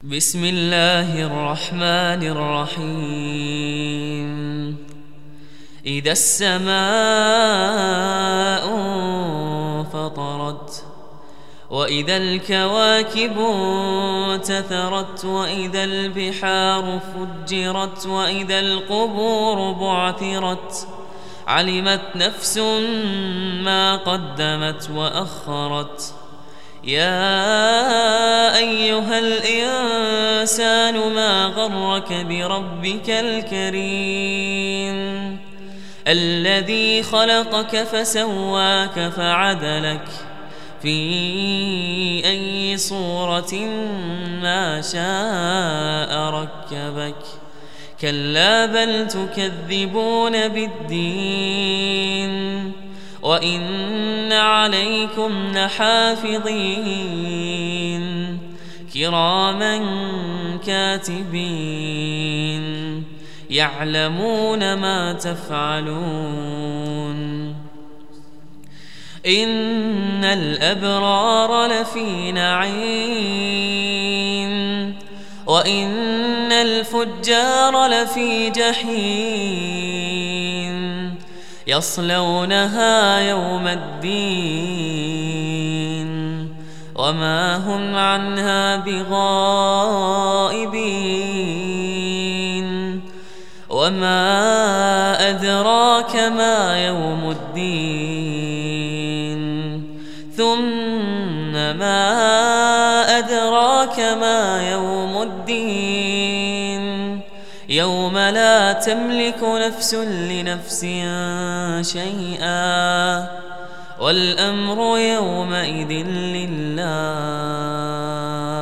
بسم الله الرحمن الرحيم. إذا السماء انفطرت وإذا الكواكب انتثرت وإذا البحار فجرت وإذا القبور بعثرت علمت نفس ما قدمت وأخرت. يا أيها الإنسان ما غرك بربك الكريم الذي خلقك فسواك فعدلك في أي صورة ما شاء ركبك. كلا بل تكذبون بالدين وإن عليكم لحافظين كراما كاتبين يعلمون ما تفعلون. إن الأبرار لفي نعيم وإن الفجار لفي جحيم يصلونها يوم الدين وما هم عنها بغائبين. وما أدراك ما يوم الدين ثم ما أدراك ما يوم الدين يوم لا تملك نفس لنفس شيئا والأمر يومئذ لله.